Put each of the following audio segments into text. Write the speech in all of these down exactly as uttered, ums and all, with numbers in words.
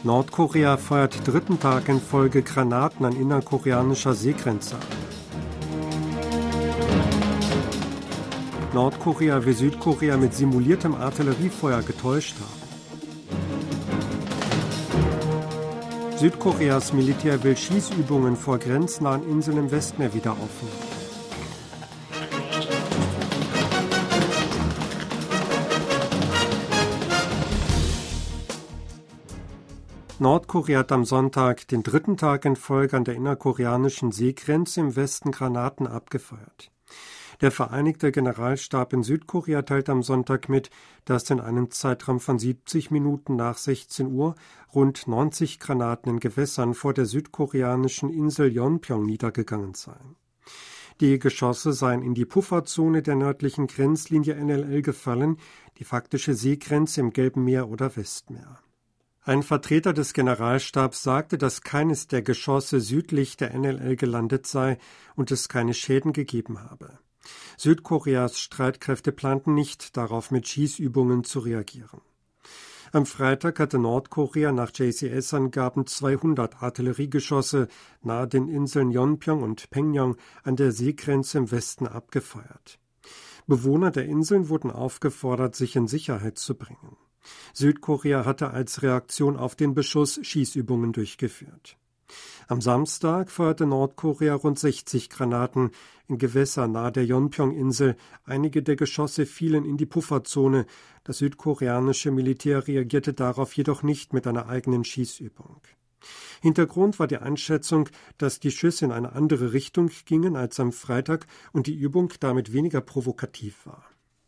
Nordkorea feuert dritten Tag in Folge Granaten an innerkoreanischer Seegrenze ab. Nordkorea will Südkorea mit simuliertem Artilleriefeuer getäuscht haben. Südkoreas Militär will Schießübungen vor grenznahen Inseln im Westmeer wieder aufnehmen. Nordkorea hat am Sonntag den dritten Tag in Folge an der innerkoreanischen Seegrenze im Westen Granaten abgefeuert. Der Vereinigte Generalstab in Südkorea teilt am Sonntag mit, dass in einem Zeitraum von siebzig Minuten nach sechzehn Uhr rund neunzig Granaten in Gewässern vor der südkoreanischen Insel Yeonpyeong niedergegangen seien. Die Geschosse seien in die Pufferzone der nördlichen Grenzlinie N L L gefallen, die faktische Seegrenze im Gelben Meer oder Westmeer. Ein Vertreter des Generalstabs sagte, dass keines der Geschosse südlich der N L L gelandet sei und es keine Schäden gegeben habe. Südkoreas Streitkräfte planten nicht, darauf mit Schießübungen zu reagieren. Am Freitag hatte Nordkorea nach J C S-Angaben zweihundert Artilleriegeschosse nahe den Inseln Yeonpyeong und Paenyong an der Seegrenze im Westen abgefeuert. Bewohner der Inseln wurden aufgefordert, sich in Sicherheit zu bringen. Südkorea hatte als Reaktion auf den Beschuss Schießübungen durchgeführt. Am Samstag feuerte Nordkorea rund sechzig Granaten in Gewässer nahe der Yeonpyeong-Insel. Einige der Geschosse fielen in die Pufferzone. Das südkoreanische Militär reagierte darauf jedoch nicht mit einer eigenen Schießübung. Hintergrund war die Einschätzung, dass die Schüsse in eine andere Richtung gingen als am Freitag und die Übung damit weniger provokativ war.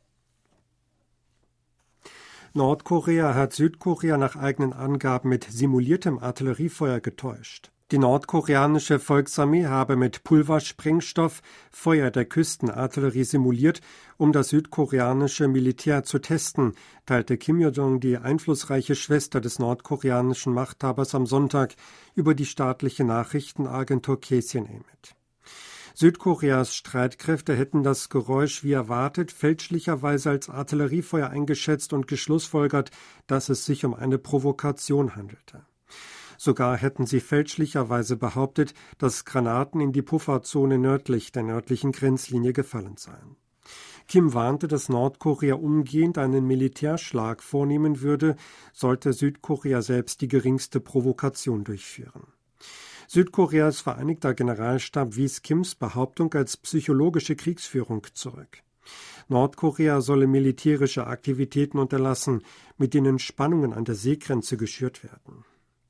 Nordkorea hat Südkorea nach eigenen Angaben mit simuliertem Artilleriefeuer getäuscht. Die nordkoreanische Volksarmee habe mit Pulversprengstoff Feuer der Küstenartillerie simuliert, um das südkoreanische Militär zu testen, teilte Kim Yo-jong, die einflussreiche Schwester des nordkoreanischen Machthabers, am Sonntag über die staatliche Nachrichtenagentur K C N A mit. Südkoreas Streitkräfte hätten das Geräusch wie erwartet fälschlicherweise als Artilleriefeuer eingeschätzt und geschlussfolgert, dass es sich um eine Provokation handelte. Sogar hätten sie fälschlicherweise behauptet, dass Granaten in die Pufferzone nördlich der nördlichen Grenzlinie gefallen seien. Kim warnte, dass Nordkorea umgehend einen Militärschlag vornehmen würde, sollte Südkorea selbst die geringste Provokation durchführen. Südkoreas Vereinigter Generalstab wies Kims Behauptung als psychologische Kriegsführung zurück. Nordkorea solle militärische Aktivitäten unterlassen, mit denen Spannungen an der Seegrenze geschürt werden.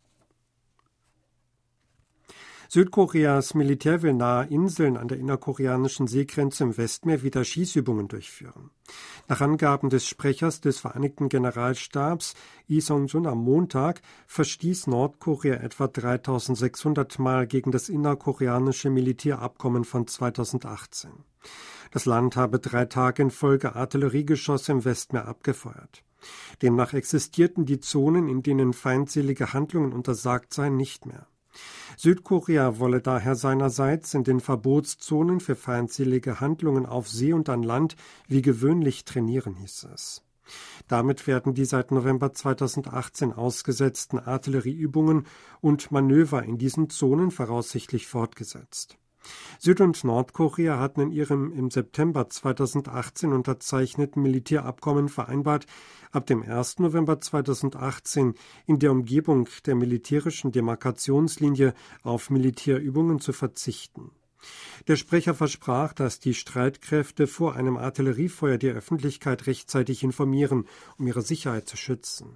Südkoreas Militär will nahe Inseln an der innerkoreanischen Seegrenze im Westmeer wieder Schießübungen durchführen. Nach Angaben des Sprechers des Vereinigten Generalstabs, Lee Sung-jun, am Montag verstieß Nordkorea etwa dreitausendsechshundert Mal gegen das innerkoreanische Militärabkommen von zweitausendachtzehn. Das Land habe drei Tage in Folge Artilleriegeschosse im Westmeer abgefeuert. Demnach existierten die Zonen, in denen feindselige Handlungen untersagt seien, nicht mehr. Südkorea wolle daher seinerseits in den Verbotszonen für feindselige Handlungen auf See und an Land wie gewöhnlich trainieren, hieß es. Damit werden die seit November zweitausendachtzehn ausgesetzten Artillerieübungen und Manöver in diesen Zonen voraussichtlich fortgesetzt. Süd- und Nordkorea hatten in ihrem im September zweitausendachtzehn unterzeichneten Militärabkommen vereinbart, ab dem ersten November zweitausendachtzehn in der Umgebung der militärischen Demarkationslinie auf Militärübungen zu verzichten. Der Sprecher versprach, dass die Streitkräfte vor einem Artilleriefeuer die Öffentlichkeit rechtzeitig informieren, um ihre Sicherheit zu schützen.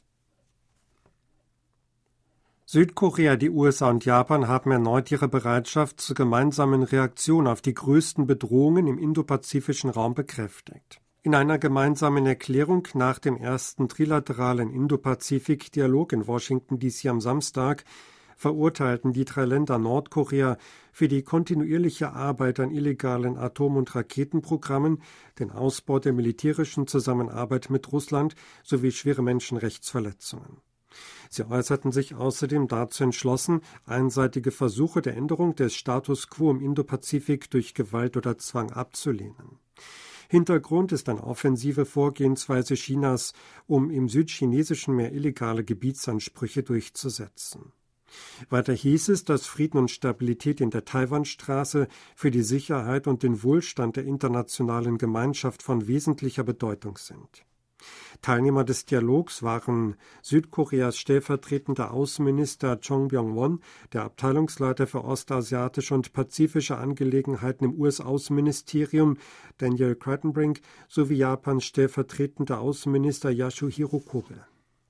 Südkorea, die U S A und Japan haben erneut ihre Bereitschaft zur gemeinsamen Reaktion auf die größten Bedrohungen im indopazifischen Raum bekräftigt. In einer gemeinsamen Erklärung nach dem ersten trilateralen Indopazifik-Dialog in Washington D C am Samstag verurteilten die drei Länder Nordkorea für die kontinuierliche Arbeit an illegalen Atom- und Raketenprogrammen, den Ausbau der militärischen Zusammenarbeit mit Russland sowie schwere Menschenrechtsverletzungen. Sie äußerten sich außerdem dazu entschlossen, einseitige Versuche der Änderung des Status quo im Indopazifik durch Gewalt oder Zwang abzulehnen. Hintergrund ist eine offensive Vorgehensweise Chinas, um im südchinesischen Meer illegale Gebietsansprüche durchzusetzen. Weiter hieß es, dass Frieden und Stabilität in der Taiwanstraße für die Sicherheit und den Wohlstand der internationalen Gemeinschaft von wesentlicher Bedeutung sind. Teilnehmer des Dialogs waren Südkoreas stellvertretender Außenminister Chong Byung-won, der Abteilungsleiter für ostasiatische und pazifische Angelegenheiten im U S-Außenministerium Daniel Kritenbrink sowie Japans stellvertretender Außenminister Yasuhiro Kobe.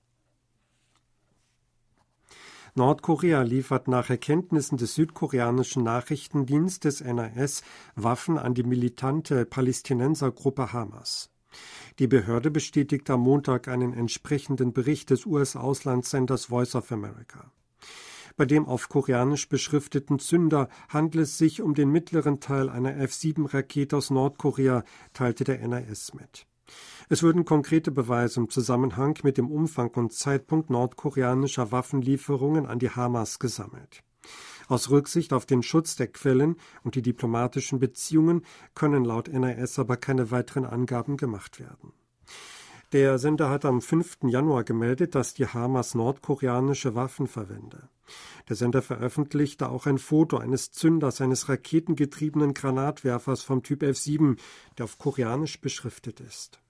Nordkorea liefert nach Erkenntnissen des südkoreanischen Nachrichtendienstes N A S Waffen an die militante Palästinensergruppe Hamas. Die Behörde bestätigte am Montag einen entsprechenden Bericht des U S-Auslandssenders Voice of America. Bei dem auf Koreanisch beschrifteten Zünder handelt es sich um den mittleren Teil einer F sieben Rakete aus Nordkorea, teilte der N A S mit. Es würden konkrete Beweise im Zusammenhang mit dem Umfang und Zeitpunkt nordkoreanischer Waffenlieferungen an die Hamas gesammelt. Aus Rücksicht auf den Schutz der Quellen und die diplomatischen Beziehungen können laut N A S aber keine weiteren Angaben gemacht werden. Der Sender hat am fünften Januar gemeldet, dass die Hamas nordkoreanische Waffen verwende. Der Sender veröffentlichte auch ein Foto eines Zünders eines raketengetriebenen Granatwerfers vom Typ F sieben, der auf Koreanisch beschriftet ist.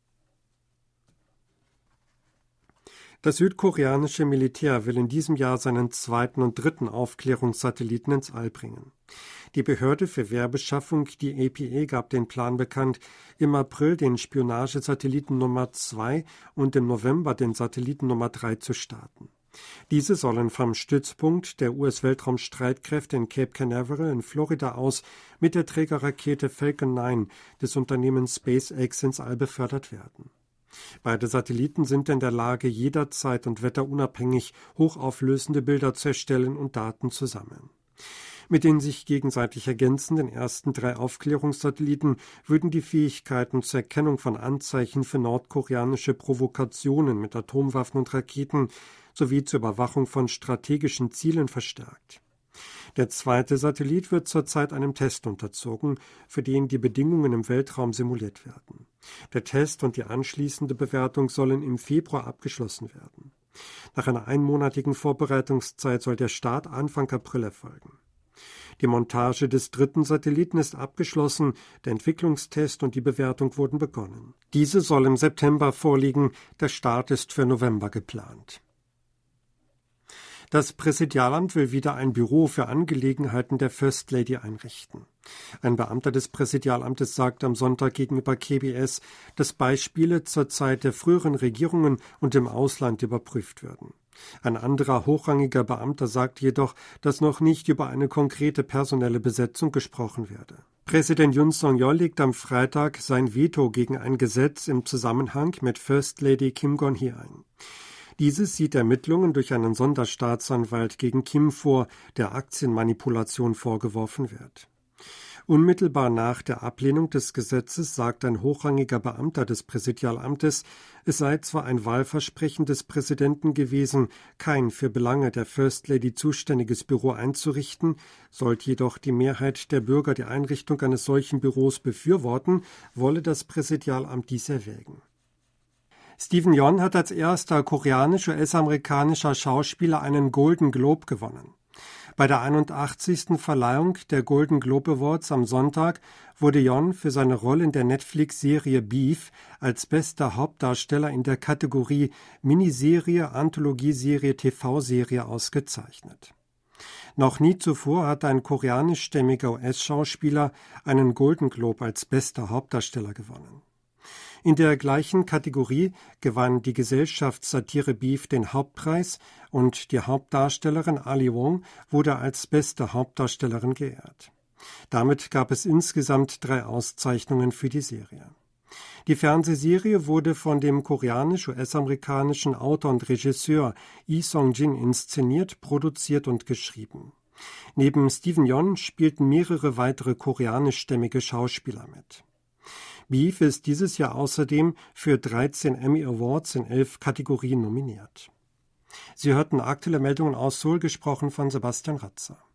Das südkoreanische Militär will in diesem Jahr seinen zweiten und dritten Aufklärungssatelliten ins All bringen. Die Behörde für Wehrbeschaffung, die A P A, gab den Plan bekannt, im April den Spionagesatelliten Nummer zwei und im November den Satelliten Nummer drei zu starten. Diese sollen vom Stützpunkt der U S-Weltraumstreitkräfte in Cape Canaveral in Florida aus mit der Trägerrakete Falcon neun des Unternehmens SpaceX ins All befördert werden. Beide Satelliten sind in der Lage, jederzeit und wetterunabhängig hochauflösende Bilder zu erstellen und Daten zu sammeln. Mit den sich gegenseitig ergänzenden ersten drei Aufklärungssatelliten würden die Fähigkeiten zur Erkennung von Anzeichen für nordkoreanische Provokationen mit Atomwaffen und Raketen sowie zur Überwachung von strategischen Zielen verstärkt. Der zweite Satellit wird zurzeit einem Test unterzogen, für den die Bedingungen im Weltraum simuliert werden. Der Test und die anschließende Bewertung sollen im Februar abgeschlossen werden. Nach einer einmonatigen Vorbereitungszeit soll der Start Anfang April erfolgen. Die Montage des dritten Satelliten ist abgeschlossen, der Entwicklungstest und die Bewertung wurden begonnen. Diese soll im September vorliegen, der Start ist für November geplant. Das Präsidialamt will wieder ein Büro für Angelegenheiten der First Lady einrichten. Ein Beamter des Präsidialamtes sagte am Sonntag gegenüber K B S, dass Beispiele zur Zeit der früheren Regierungen und im Ausland überprüft würden. Ein anderer hochrangiger Beamter sagte jedoch, dass noch nicht über eine konkrete personelle Besetzung gesprochen werde. Präsident Yoon Song-yeol legt am Freitag sein Veto gegen ein Gesetz im Zusammenhang mit First Lady Kim Gon-hee ein. Dieses sieht Ermittlungen durch einen Sonderstaatsanwalt gegen Kim vor, der Aktienmanipulation vorgeworfen wird. Unmittelbar nach der Ablehnung des Gesetzes sagt ein hochrangiger Beamter des Präsidialamtes, es sei zwar ein Wahlversprechen des Präsidenten gewesen, kein für Belange der First Lady zuständiges Büro einzurichten, sollte jedoch die Mehrheit der Bürger die Einrichtung eines solchen Büros befürworten, wolle das Präsidialamt dies erwägen. Steven Yeun hat als erster koreanisch-U S-amerikanischer Schauspieler einen Golden Globe gewonnen. Bei der einundachtzigsten Verleihung der Golden Globe Awards am Sonntag wurde Yeun für seine Rolle in der Netflix-Serie Beef als bester Hauptdarsteller in der Kategorie Miniserie, Anthologieserie, T V-Serie ausgezeichnet. Noch nie zuvor hatte ein koreanischstämmiger U S-Schauspieler einen Golden Globe als bester Hauptdarsteller gewonnen. In der gleichen Kategorie gewann die Gesellschaftssatire Beef den Hauptpreis und die Hauptdarstellerin Ali Wong wurde als beste Hauptdarstellerin geehrt. Damit gab es insgesamt drei Auszeichnungen für die Serie. Die Fernsehserie wurde von dem koreanisch-U S-amerikanischen Autor und Regisseur Lee Song-jin inszeniert, produziert und geschrieben. Neben Steven Yeun spielten mehrere weitere koreanischstämmige Schauspieler mit. Beef ist dieses Jahr außerdem für dreizehn Emmy Awards in elf Kategorien nominiert. Sie hörten aktuelle Meldungen aus Seoul, gesprochen von Sebastian Ratzer.